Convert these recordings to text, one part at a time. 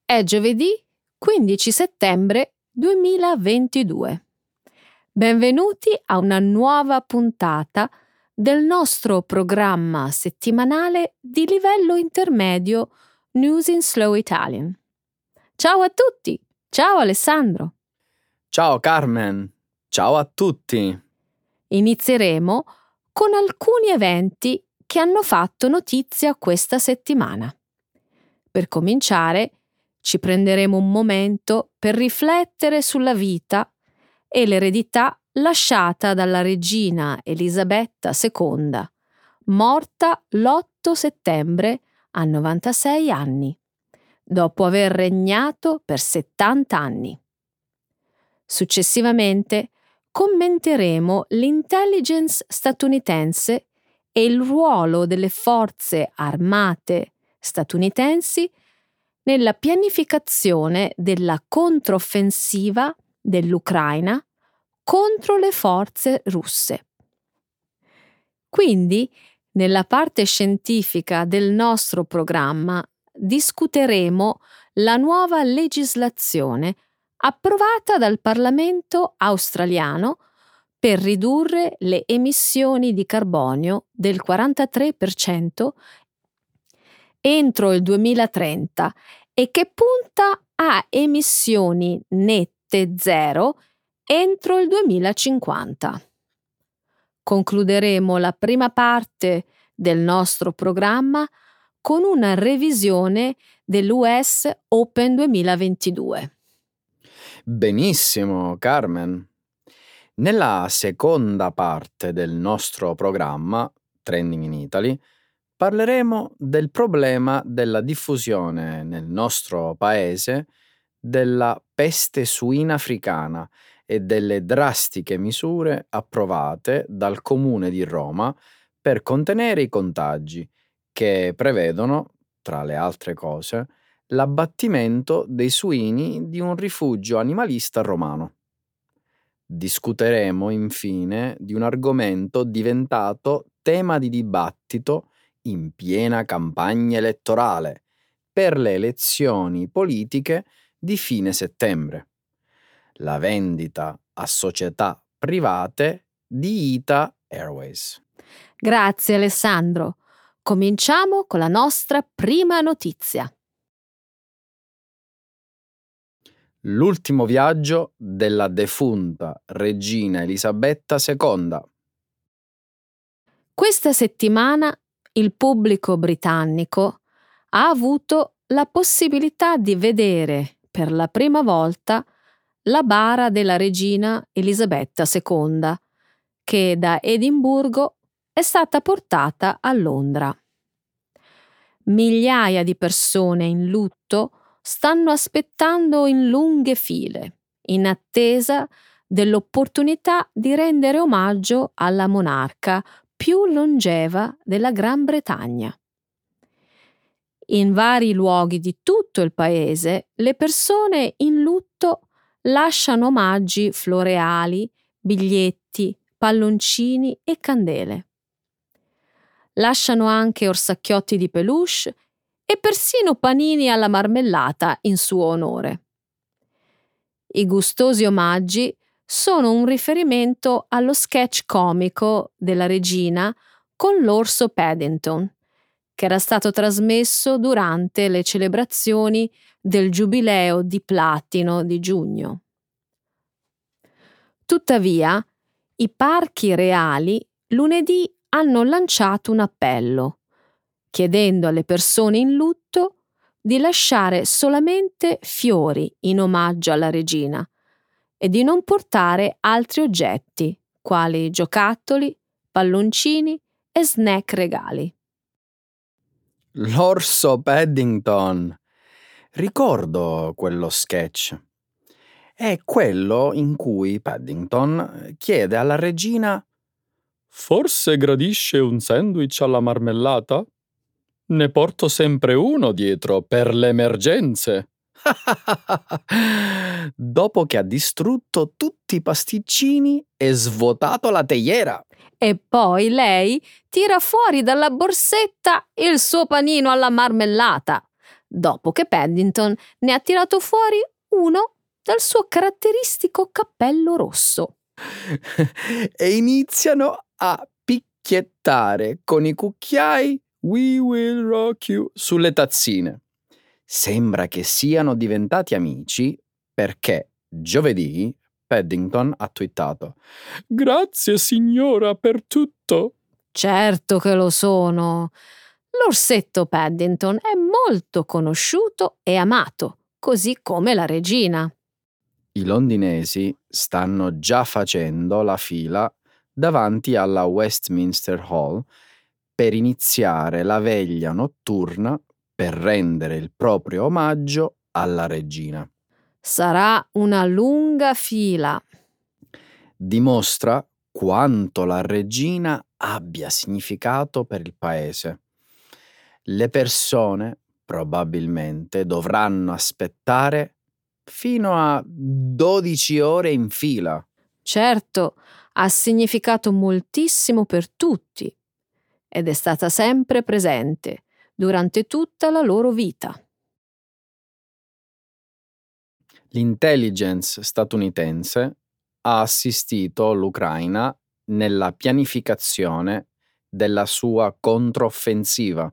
È giovedì 15 settembre 2022. Benvenuti a una nuova puntata del nostro programma settimanale di livello intermedio News in Slow Italian. Ciao a tutti! Ciao Alessandro! Ciao Carmen! Ciao a tutti! Inizieremo con alcuni eventi che hanno fatto notizia questa settimana. Per cominciare, ci prenderemo un momento per riflettere sulla vita e l'eredità lasciata dalla regina Elisabetta II, morta l'8 settembre a 96 anni, dopo aver regnato per 70 anni. Successivamente commenteremo l'intelligence statunitense e il ruolo delle forze armate statunitensi nella pianificazione della controffensiva dell'Ucraina contro le forze russe. Quindi, nella parte scientifica del nostro programma, discuteremo la nuova legislazione approvata dal Parlamento australiano per ridurre le emissioni di carbonio del 43% entro il 2030 e che punta a emissioni nette zero entro il 2050. Concluderemo la prima parte del nostro programma con una revisione dell'US Open 2022. Benissimo, Carmen. Nella seconda parte del nostro programma, Trending in Italy, parleremo del problema della diffusione nel nostro paese della peste suina africana e delle drastiche misure approvate dal Comune di Roma per contenere i contagi, che prevedono, tra le altre cose, l'abbattimento dei suini di un rifugio animalista romano. Discuteremo infine di un argomento diventato tema di dibattito in piena campagna elettorale per le elezioni politiche di fine settembre: la vendita a società private di ITA Airways. Grazie Alessandro. Cominciamo con la nostra prima notizia. L'ultimo viaggio della defunta regina Elisabetta II. Questa settimana il pubblico britannico ha avuto la possibilità di vedere per la prima volta la bara della regina Elisabetta II, che da Edimburgo è stata portata a Londra. Migliaia di persone in lutto stanno aspettando in lunghe file, in attesa dell'opportunità di rendere omaggio alla monarca più longeva della Gran Bretagna. In vari luoghi di tutto il paese, le persone in lutto lasciano omaggi floreali, biglietti, palloncini e candele. Lasciano anche orsacchiotti di peluche e persino panini alla marmellata in suo onore. I gustosi omaggi sono un riferimento allo sketch comico della regina con l'orso Paddington, che era stato trasmesso durante le celebrazioni del Giubileo di Platino di giugno. Tuttavia, i parchi reali lunedì hanno lanciato un appello, chiedendo alle persone in lutto di lasciare solamente fiori in omaggio alla regina e di non portare altri oggetti, quali giocattoli, palloncini e snack regali. L'orso Paddington. Ricordo quello sketch. È quello in cui Paddington chiede alla regina: «Forse gradisce un sandwich alla marmellata? Ne porto sempre uno dietro per le emergenze». Dopo che ha distrutto tutti i pasticcini e svuotato la teiera. E poi lei tira fuori dalla borsetta il suo panino alla marmellata, dopo che Paddington ne ha tirato fuori uno dal suo caratteristico cappello rosso. E iniziano a picchiettare con i cucchiai "We will rock you" sulle tazzine. Sembra che siano diventati amici perché giovedì Paddington ha twittato: "Grazie signora per tutto". Certo che lo sono. L'orsetto Paddington è molto conosciuto e amato, così come la regina. I londinesi stanno già facendo la fila davanti alla Westminster Hall per iniziare la veglia notturna per rendere il proprio omaggio alla regina. Sarà una lunga fila. Dimostra quanto la regina abbia significato per il paese. Le persone probabilmente dovranno aspettare fino a 12 ore in fila. Certo, ha significato moltissimo per tutti ed è stata sempre presente durante tutta la loro vita. L'intelligence statunitense ha assistito l'Ucraina nella pianificazione della sua controffensiva.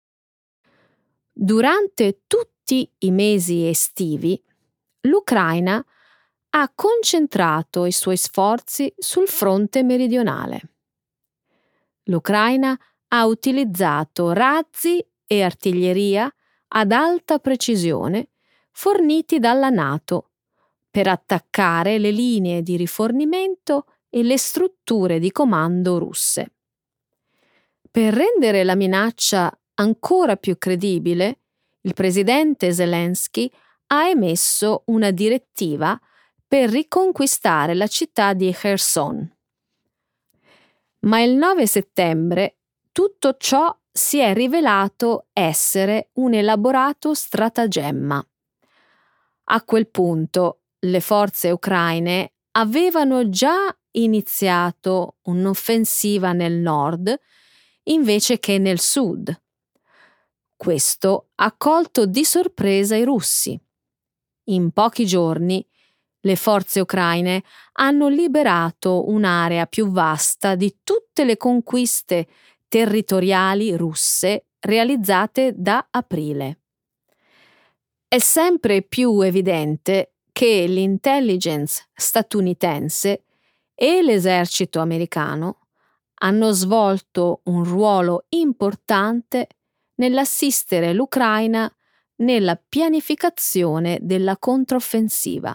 Durante tutti i mesi estivi, l'Ucraina ha concentrato i suoi sforzi sul fronte meridionale. L'Ucraina ha utilizzato razzi e artiglieria ad alta precisione forniti dalla NATO per attaccare le linee di rifornimento e le strutture di comando russe. Per rendere la minaccia ancora più credibile, il presidente Zelensky ha emesso una direttiva per riconquistare la città di Kherson. Ma il 9 settembre tutto ciò si è rivelato essere un elaborato stratagemma. A quel punto le forze ucraine avevano già iniziato un'offensiva nel nord invece che nel sud. Questo ha colto di sorpresa i russi. In pochi giorni le forze ucraine hanno liberato un'area più vasta di tutte le conquiste territoriali russe realizzate da aprile. È sempre più evidente che l'intelligence statunitense e l'esercito americano hanno svolto un ruolo importante nell'assistere l'Ucraina nella pianificazione della controffensiva.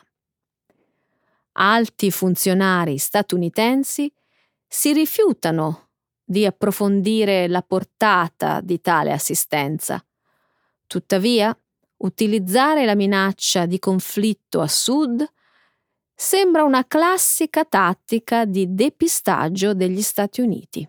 Alti funzionari statunitensi si rifiutano di approfondire la portata di tale assistenza. Tuttavia, utilizzare la minaccia di conflitto a sud sembra una classica tattica di depistaggio degli Stati Uniti.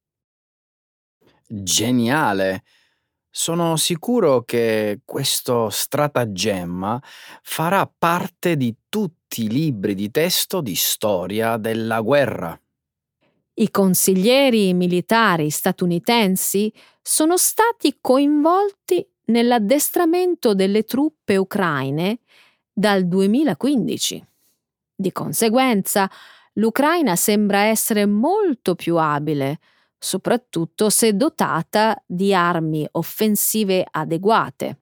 Geniale! Sono sicuro che questo stratagemma farà parte di tutti i libri di testo di storia della guerra. I consiglieri militari statunitensi sono stati coinvolti nell'addestramento delle truppe ucraine dal 2015. Di conseguenza, l'Ucraina sembra essere molto più abile, soprattutto se dotata di armi offensive adeguate.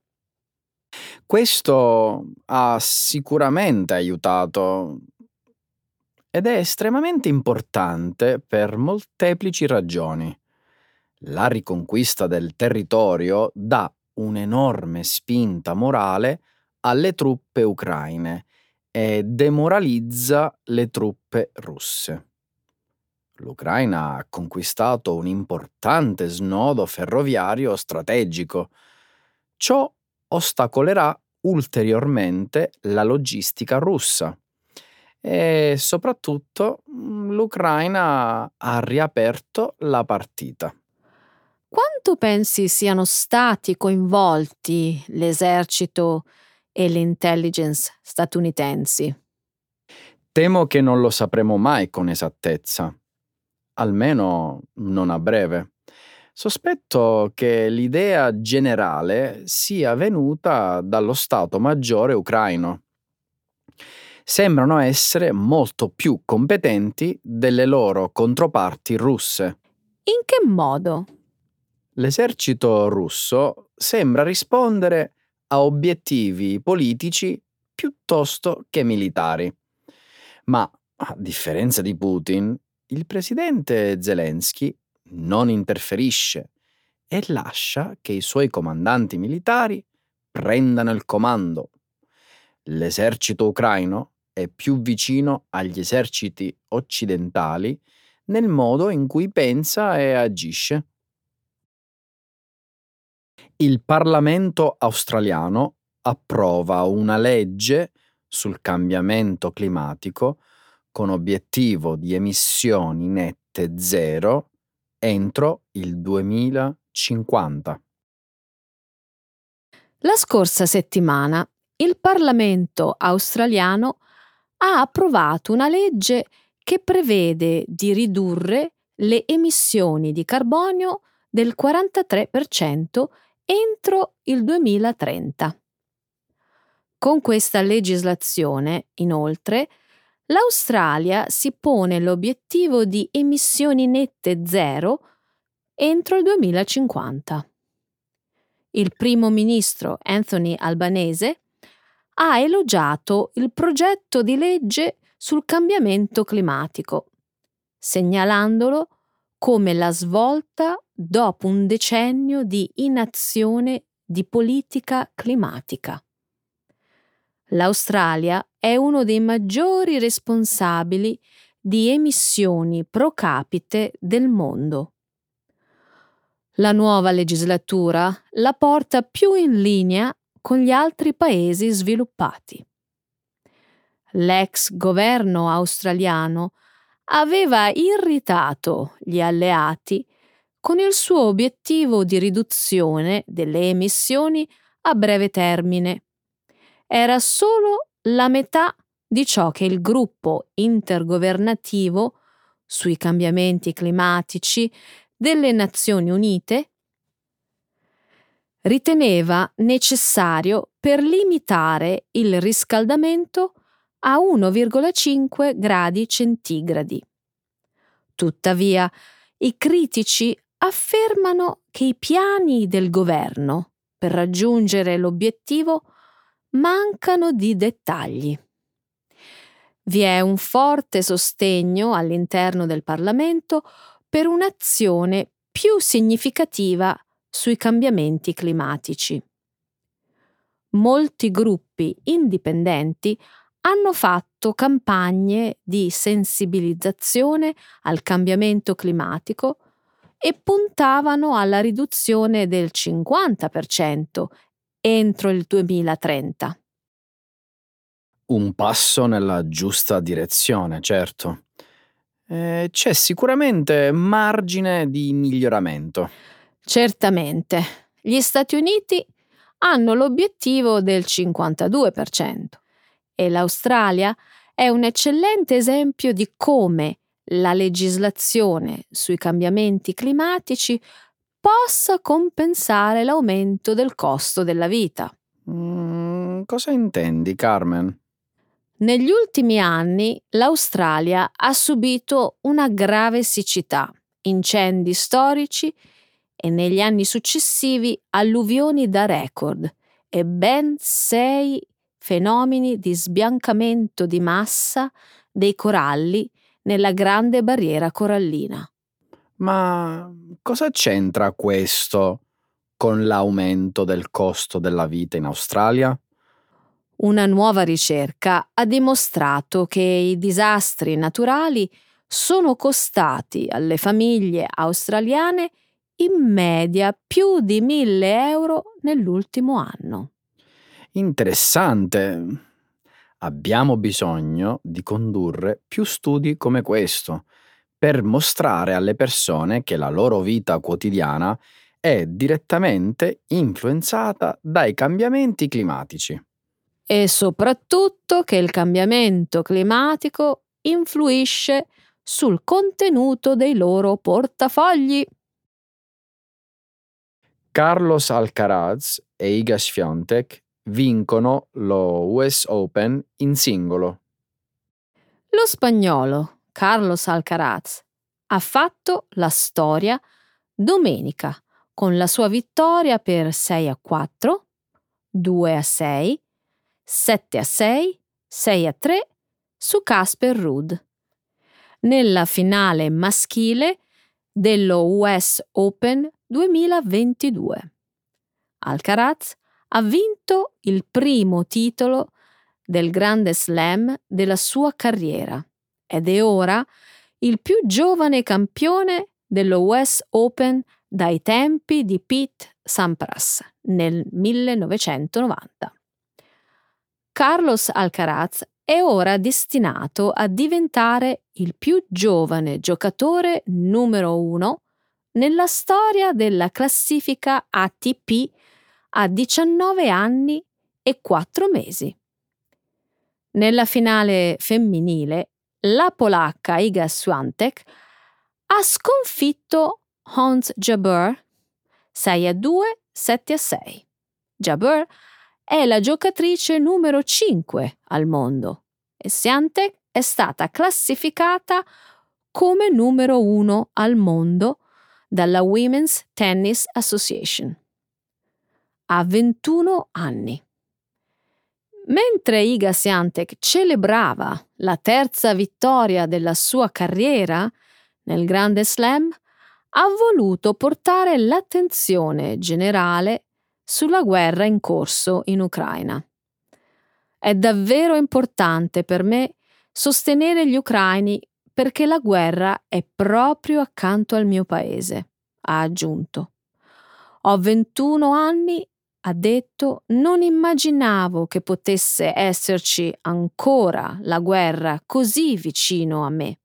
Questo ha sicuramente aiutato ed è estremamente importante per molteplici ragioni. La riconquista del territorio dà un'enorme spinta morale alle truppe ucraine e demoralizza le truppe russe. L'Ucraina ha conquistato un importante snodo ferroviario strategico. Ciò ostacolerà ulteriormente la logistica russa e soprattutto l'Ucraina ha riaperto la partita. Quanto pensi siano stati coinvolti l'esercito e l'intelligence statunitensi? Temo che non lo sapremo mai con esattezza, almeno non a breve. Sospetto che l'idea generale sia venuta dallo Stato Maggiore ucraino. Sembrano essere molto più competenti delle loro controparti russe. In che modo? L'esercito russo sembra rispondere a obiettivi politici piuttosto che militari. Ma a differenza di Putin, il presidente Zelensky non interferisce e lascia che i suoi comandanti militari prendano il comando. L'esercito ucraino è più vicino agli eserciti occidentali nel modo in cui pensa e agisce. Il Parlamento australiano approva una legge sul cambiamento climatico con obiettivo di emissioni nette zero entro il 2050. La scorsa settimana il Parlamento australiano ha approvato una legge che prevede di ridurre le emissioni di carbonio del 43% entro il 2030. Con questa legislazione, inoltre, l'Australia si pone l'obiettivo di emissioni nette zero entro il 2050. Il primo ministro Anthony Albanese ha elogiato il progetto di legge sul cambiamento climatico, segnalandolo come la svolta dopo un decennio di inazione di politica climatica. L'Australia è uno dei maggiori responsabili di emissioni pro capite del mondo. La nuova legislatura la porta più in linea con gli altri paesi sviluppati. L'ex governo australiano aveva irritato gli alleati con il suo obiettivo di riduzione delle emissioni a breve termine. Era solo la metà di ciò che il gruppo intergovernativo sui cambiamenti climatici delle Nazioni Unite riteneva necessario per limitare il riscaldamento a 1,5 gradi centigradi. Tuttavia, i critici affermano che i piani del governo per raggiungere l'obiettivo mancano di dettagli. Vi è un forte sostegno all'interno del Parlamento per un'azione più significativa sui cambiamenti climatici. Molti gruppi indipendenti hanno fatto campagne di sensibilizzazione al cambiamento climatico e puntavano alla riduzione del 50% entro il 2030. Un passo nella giusta direzione, certo. C'è sicuramente margine di miglioramento. Certamente, gli Stati Uniti hanno l'obiettivo del 52% e l'Australia è un eccellente esempio di come la legislazione sui cambiamenti climatici possa compensare l'aumento del costo della vita. Cosa intendi, Carmen? Negli ultimi anni l'Australia ha subito una grave siccità, incendi storici e negli anni successivi alluvioni da record e ben 6 fenomeni di sbiancamento di massa dei coralli nella Grande Barriera Corallina. Ma cosa c'entra questo con l'aumento del costo della vita in Australia? Una nuova ricerca ha dimostrato che i disastri naturali sono costati alle famiglie australiane in media più di 1.000 euro nell'ultimo anno. Interessante. Abbiamo bisogno di condurre più studi come questo per mostrare alle persone che la loro vita quotidiana è direttamente influenzata dai cambiamenti climatici. E soprattutto che il cambiamento climatico influisce sul contenuto dei loro portafogli. Carlos Alcaraz e Iga Swiatek vincono lo US Open in singolo. Lo spagnolo Carlos Alcaraz ha fatto la storia domenica con la sua vittoria per 6-4, 2-6, 7-6, 6-3 su Casper Ruud nella finale maschile dello US Open 2022. Alcaraz ha vinto il primo titolo del Grande Slam della sua carriera ed è ora il più giovane campione dello US Open dai tempi di Pete Sampras nel 1990. Carlos Alcaraz è ora destinato a diventare il più giovane giocatore numero 1 nella storia della classifica ATP a 19 anni e 4 mesi. Nella finale femminile, la polacca Iga Swiatek ha sconfitto Ons Jabeur 6-2, 7-6. Jabeur è la giocatrice numero 5 al mondo e Swiatek è stata classificata come numero 1 al mondo dalla Women's Tennis Association. Ha 21 anni. Mentre Iga Swiatek celebrava la terza vittoria della sua carriera nel Grande Slam, ha voluto portare l'attenzione generale sulla guerra in corso in Ucraina. È davvero importante per me sostenere gli ucraini perché la guerra è proprio accanto al mio paese, ha aggiunto. Ho 21 anni, ha detto, non immaginavo che potesse esserci ancora la guerra così vicino a me.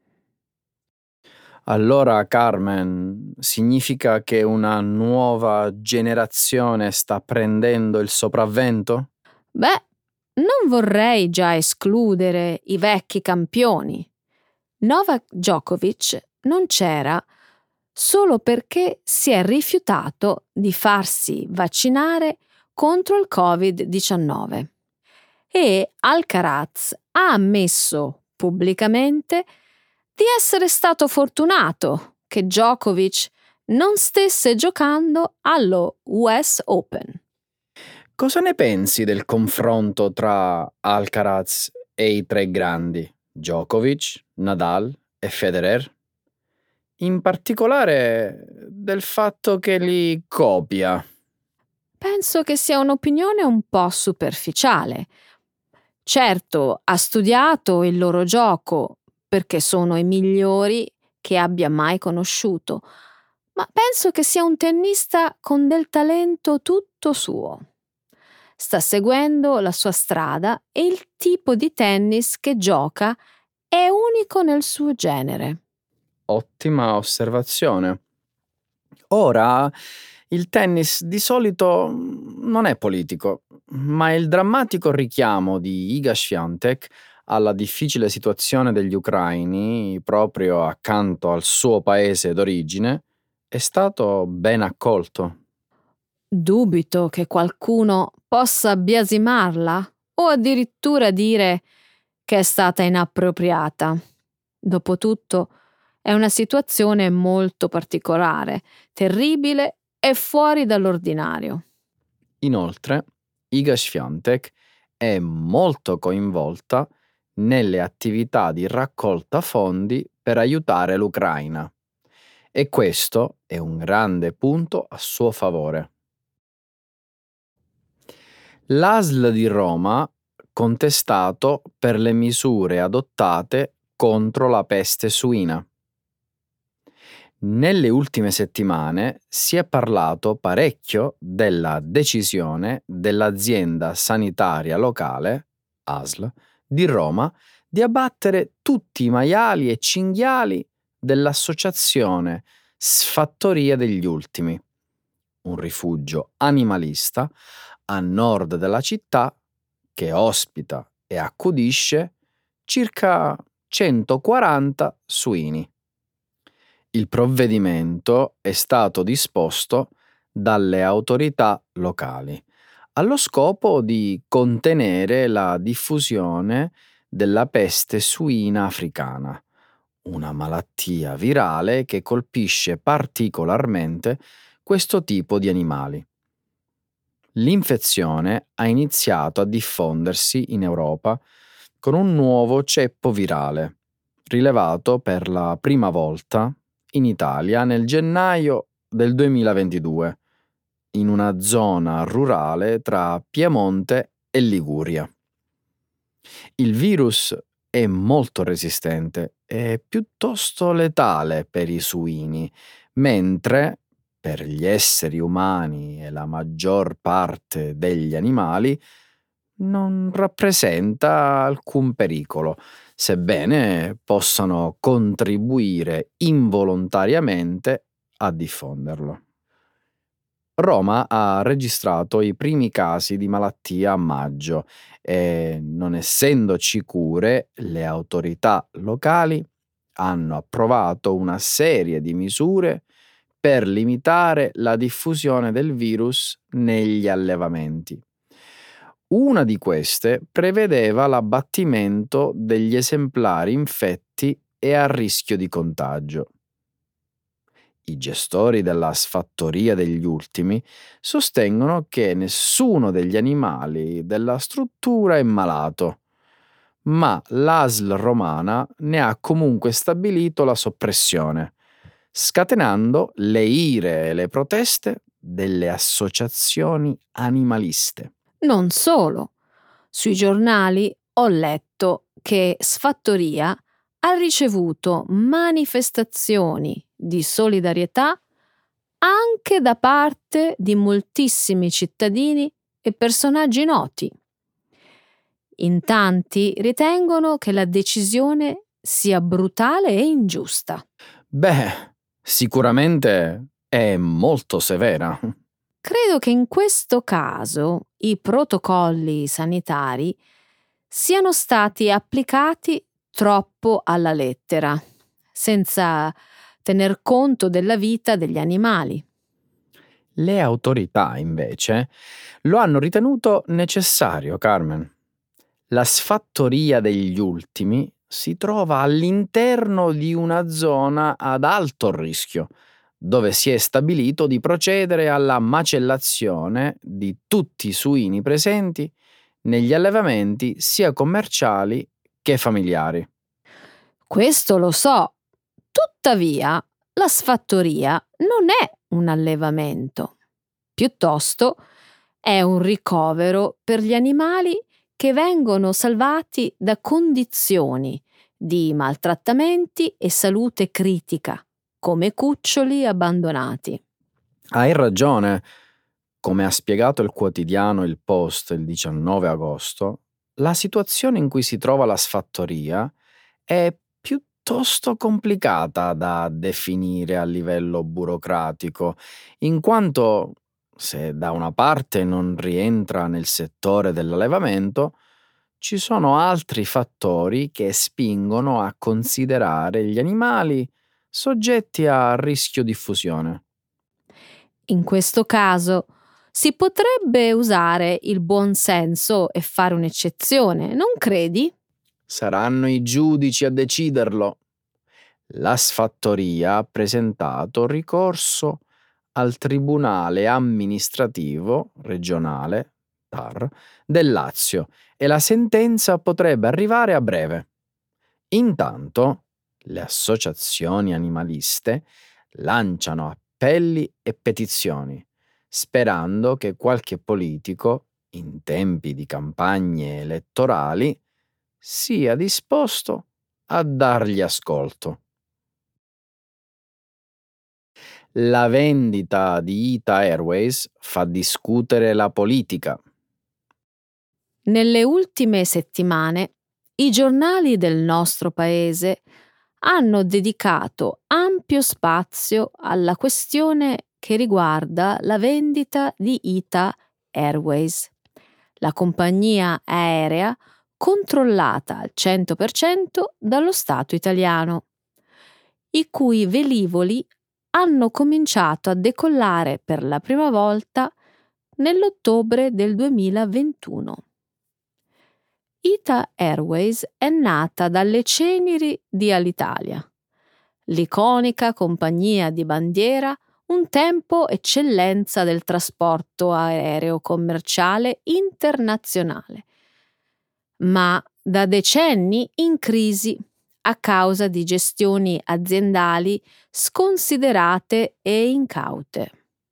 Allora, Carmen, significa che una nuova generazione sta prendendo il sopravvento? Beh, non vorrei già escludere i vecchi campioni. Novak Djokovic non c'era solo perché si è rifiutato di farsi vaccinare contro il Covid-19 e Alcaraz ha ammesso pubblicamente di essere stato fortunato che Djokovic non stesse giocando allo US Open. Cosa ne pensi del confronto tra Alcaraz e i tre grandi, Djokovic, Nadal e Federer? In particolare del fatto che li copia. Penso che sia un'opinione un po' superficiale. Certo, ha studiato il loro gioco perché sono i migliori che abbia mai conosciuto, ma penso che sia un tennista con del talento tutto suo. Sta seguendo la sua strada e il tipo di tennis che gioca è unico nel suo genere. Ottima osservazione. Ora, il tennis di solito non è politico, ma il drammatico richiamo di Iga Swiatek alla difficile situazione degli ucraini, proprio accanto al suo paese d'origine, è stato ben accolto. Dubito che qualcuno possa biasimarla o addirittura dire che è stata inappropriata. Dopotutto, è una situazione molto particolare, terribile e fuori dall'ordinario. Inoltre, Iga Swiatek è molto coinvolta nelle attività di raccolta fondi per aiutare l'Ucraina e questo è un grande punto a suo favore. L'ASL di Roma contestato per le misure adottate contro la peste suina. Nelle ultime settimane si è parlato parecchio della decisione dell'azienda sanitaria locale, ASL, di Roma di abbattere tutti i maiali e cinghiali dell'associazione Sfattoria degli Ultimi, un rifugio animalista a nord della città che ospita e accudisce circa 140 suini. Il provvedimento è stato disposto dalle autorità locali, allo scopo di contenere la diffusione della peste suina africana, una malattia virale che colpisce particolarmente questo tipo di animali. L'infezione ha iniziato a diffondersi in Europa con un nuovo ceppo virale, rilevato per la prima volta in Italia nel gennaio del 2022, in una zona rurale tra Piemonte e Liguria. Il virus è molto resistente e piuttosto letale per i suini, mentre per gli esseri umani e la maggior parte degli animali non rappresenta alcun pericolo, sebbene possano contribuire involontariamente a diffonderlo. Roma ha registrato i primi casi di malattia a maggio e, non essendoci cure, le autorità locali hanno approvato una serie di misure per limitare la diffusione del virus negli allevamenti. Una di queste prevedeva l'abbattimento degli esemplari infetti e a rischio di contagio. I gestori della sfattoria degli ultimi sostengono che nessuno degli animali della struttura è malato, ma l'ASL romana ne ha comunque stabilito la soppressione, scatenando le ire e le proteste delle associazioni animaliste. Non solo. Sui giornali ho letto che Sfattoria ha ricevuto manifestazioni di solidarietà anche da parte di moltissimi cittadini e personaggi noti. In tanti ritengono che la decisione sia brutale e ingiusta. Beh, sicuramente è molto severa. Credo che in questo caso i protocolli sanitari siano stati applicati troppo alla lettera, senza tener conto della vita degli animali. Le autorità, invece, lo hanno ritenuto necessario, Carmen. La sfattoria degli ultimi si trova all'interno di una zona ad alto rischio, dove si è stabilito di procedere alla macellazione di tutti i suini presenti negli allevamenti sia commerciali che familiari. Questo lo so. Tuttavia, la sfattoria non è un allevamento. Piuttosto è un ricovero per gli animali che vengono salvati da condizioni di maltrattamenti e salute critica, come cuccioli abbandonati. Hai ragione. Come ha spiegato il quotidiano Il Post il 19 agosto, la situazione in cui si trova la sfattoria è piuttosto complicata da definire a livello burocratico, in quanto se da una parte non rientra nel settore dell'allevamento, ci sono altri fattori che spingono a considerare gli animali soggetti a rischio diffusione. In questo caso si potrebbe usare il buon senso e fare un'eccezione, non credi? Saranno i giudici a deciderlo. La sfattoria ha presentato ricorso al Tribunale amministrativo regionale TAR del Lazio e la sentenza potrebbe arrivare a breve. Intanto, le associazioni animaliste lanciano appelli e petizioni, sperando che qualche politico, in tempi di campagne elettorali, sia disposto a dargli ascolto. La vendita di Ita Airways fa discutere la politica. Nelle ultime settimane i giornali del nostro paese hanno dedicato ampio spazio alla questione che riguarda la vendita di Ita Airways, la compagnia aerea controllata al 100% dallo Stato italiano, i cui velivoli hanno cominciato a decollare per la prima volta nell'ottobre del 2021. Ita Airways è nata dalle ceneri di Alitalia, l'iconica compagnia di bandiera, un tempo eccellenza del trasporto aereo commerciale internazionale, ma da decenni in crisi a causa di gestioni aziendali sconsiderate e incaute.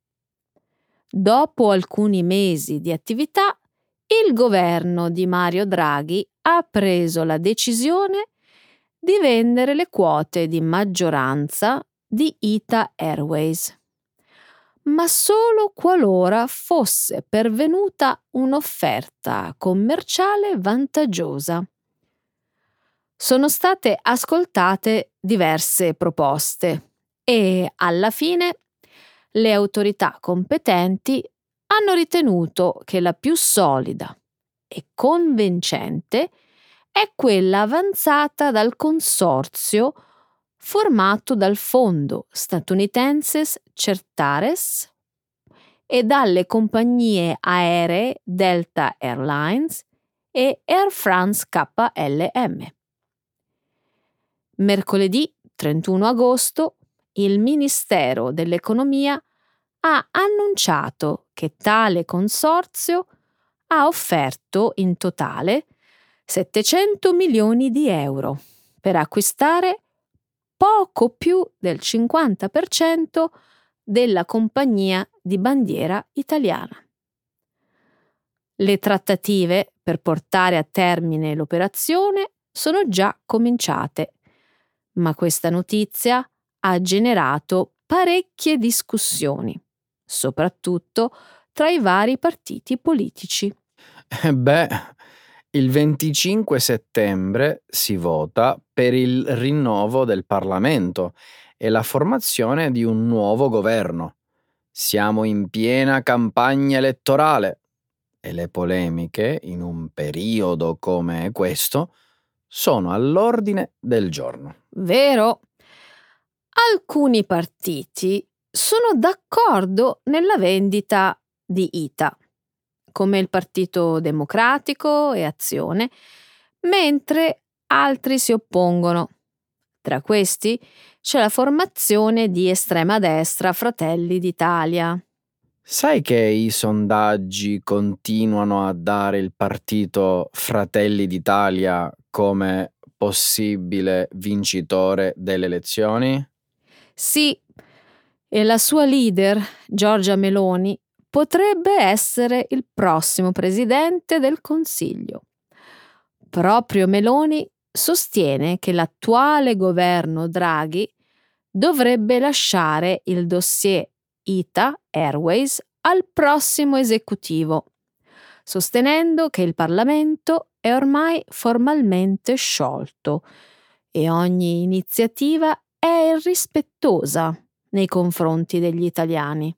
Dopo alcuni mesi di attività, il governo di Mario Draghi ha preso la decisione di vendere le quote di maggioranza di Ita Airways, ma solo qualora fosse pervenuta un'offerta commerciale vantaggiosa. Sono state ascoltate diverse proposte e alla fine le autorità competenti hanno ritenuto che la più solida e convincente è quella avanzata dal consorzio formato dal fondo statunitense Certares e dalle compagnie aeree Delta Airlines e Air France KLM. Mercoledì 31 agosto il Ministero dell'Economia ha annunciato che tale consorzio ha offerto in totale 700 milioni di euro per acquistare poco più del 50% della compagnia di bandiera italiana. Le trattative per portare a termine l'operazione sono già cominciate, ma questa notizia ha generato parecchie discussioni, soprattutto tra i vari partiti politici. Il 25 settembre si vota per il rinnovo del Parlamento e la formazione di un nuovo governo. Siamo in piena campagna elettorale e le polemiche, in un periodo come questo, sono all'ordine del giorno. Vero? Alcuni partiti sono d'accordo nella vendita di Ita, come il Partito Democratico e Azione, mentre altri si oppongono. Tra questi c'è la formazione di estrema destra Fratelli d'Italia. Sai che i sondaggi continuano a dare il partito Fratelli d'Italia come possibile vincitore delle elezioni? Sì, e la sua leader, Giorgia Meloni, potrebbe essere il prossimo presidente del Consiglio. Proprio Meloni sostiene che l'attuale governo Draghi dovrebbe lasciare il dossier Ita Airways al prossimo esecutivo, sostenendo che il Parlamento è ormai formalmente sciolto e ogni iniziativa è irrispettosa nei confronti degli italiani.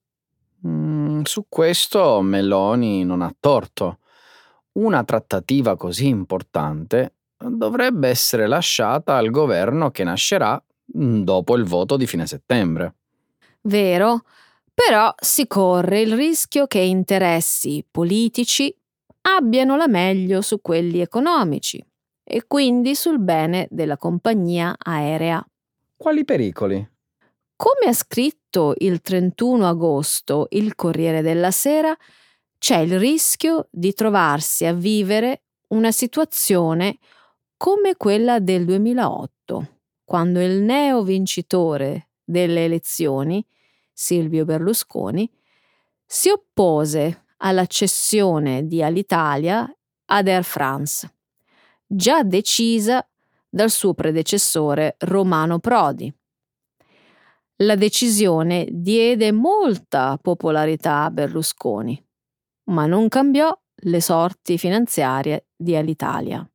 Su questo Meloni non ha torto. Una trattativa così importante dovrebbe essere lasciata al governo che nascerà dopo il voto di fine settembre. Vero, però si corre il rischio che interessi politici abbiano la meglio su quelli economici e quindi sul bene della compagnia aerea. Quali pericoli? Come ha scritto il 31 agosto il Corriere della Sera, c'è il rischio di trovarsi a vivere una situazione come quella del 2008, quando il neo vincitore delle elezioni, Silvio Berlusconi, si oppose alla cessione di Alitalia ad Air France, già decisa dal suo predecessore Romano Prodi. La decisione diede molta popolarità a Berlusconi, ma non cambiò le sorti finanziarie di Alitalia.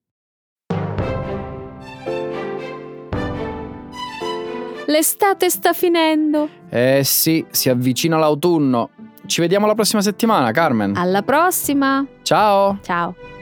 L'estate sta finendo. Sì, si avvicina l'autunno. Ci vediamo la prossima settimana, Carmen. Alla prossima. Ciao. Ciao.